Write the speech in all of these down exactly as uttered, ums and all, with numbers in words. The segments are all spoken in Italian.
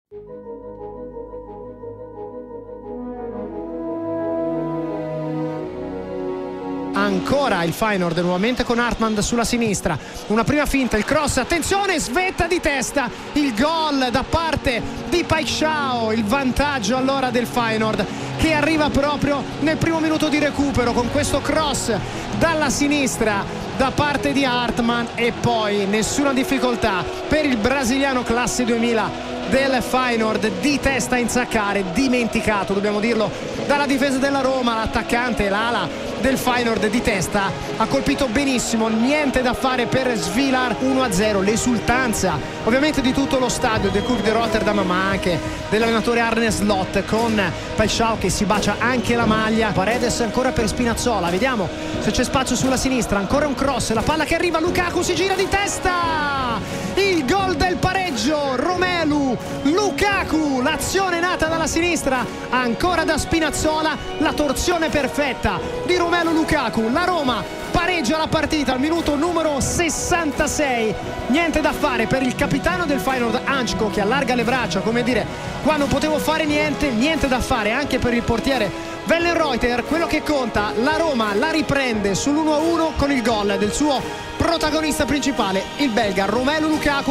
Ancora il Feyenoord nuovamente con Hartmann sulla sinistra, una prima finta, il cross, attenzione, svetta di testa, il gol da parte di Paixão, il vantaggio allora del Feyenoord che arriva proprio nel primo minuto di recupero con questo cross dalla sinistra da parte di Hartmann e poi nessuna difficoltà per il brasiliano classe duemila del Feyenoord di testa a insaccare, dimenticato, dobbiamo dirlo, dalla difesa della Roma, l'attaccante, l'ala del Feyenoord di testa ha colpito benissimo, niente da fare per Svilar. Uno a zero, l'esultanza ovviamente di tutto lo stadio del Club di Rotterdam, ma anche dell'allenatore Arne Slot, con Paixão che si bacia anche la maglia. Paredes ancora per Spinazzola, vediamo se c'è spazio sulla sinistra, ancora un cross, la palla che arriva, Lukaku si gira di testa, il gol del pareggio, Romelu Lukaku, l'azione nata dalla sinistra ancora da Spinazzola, la torsione perfetta di Romelu Lukaku, la Roma pareggia la partita al minuto numero sessantasei. Niente da fare per il capitano del Feyenoord Ančko, che allarga le braccia come dire qua non potevo fare niente, niente da fare anche per il portiere Wellenreuther. Quello che conta, la Roma la riprende sull'uno a uno con il gol del suo protagonista principale, il belga Romelu Lukaku.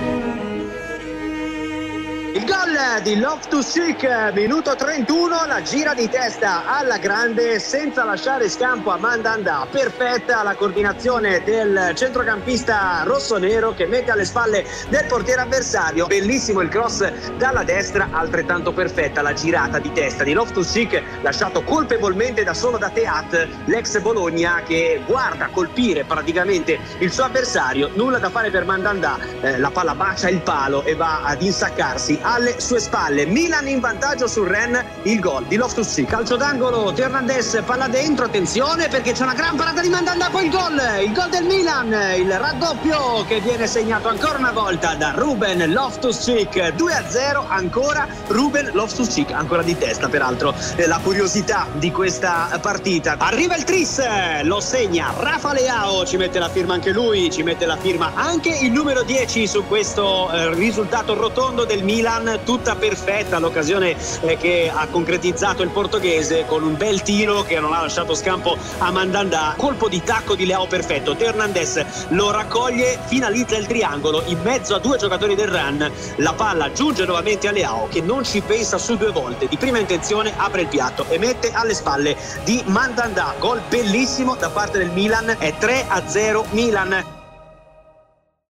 Il gol di Loftus-Cheek, minuto trentuno, la gira di testa alla grande senza lasciare scampo a Mandanda, perfetta la coordinazione del centrocampista rossonero che mette alle spalle del portiere avversario, bellissimo il cross dalla destra, altrettanto perfetta la girata di testa di Loftus-Cheek, lasciato colpevolmente da solo da Teat, l'ex Bologna, che guarda colpire praticamente il suo avversario, nulla da fare per Mandanda, eh, la palla bacia il palo e va ad insaccarsi alle sue spalle. Milan in vantaggio sul Rennes, il gol di Loftus-Cheek, calcio d'angolo, Hernandez, palla dentro, attenzione perché c'è una gran parata di Mandanda, poi il gol, il gol del Milan, il raddoppio che viene segnato ancora una volta da Ruben Loftus-Cheek, due a zero ancora Ruben Loftus-Cheek, ancora di testa peraltro, la curiosità di questa partita. Arriva il tris, lo segna Rafa Leao, ci mette la firma anche lui, ci mette la firma anche il numero dieci su questo eh, risultato rotondo del Milan. Tutta perfetta l'occasione eh, che ha concretizzato il portoghese con un bel tiro che non ha lasciato scampo a Mandanda, colpo di tacco di Leao perfetto, Hernandez lo raccoglie, finalizza il triangolo in mezzo a due giocatori del Rennes, la palla giunge nuovamente a Leao che non ci pensa su due volte, di prima intenzione apre il piatto e mette alle spalle di Mandanda, gol bellissimo da parte del Milan, è tre a zero Milan.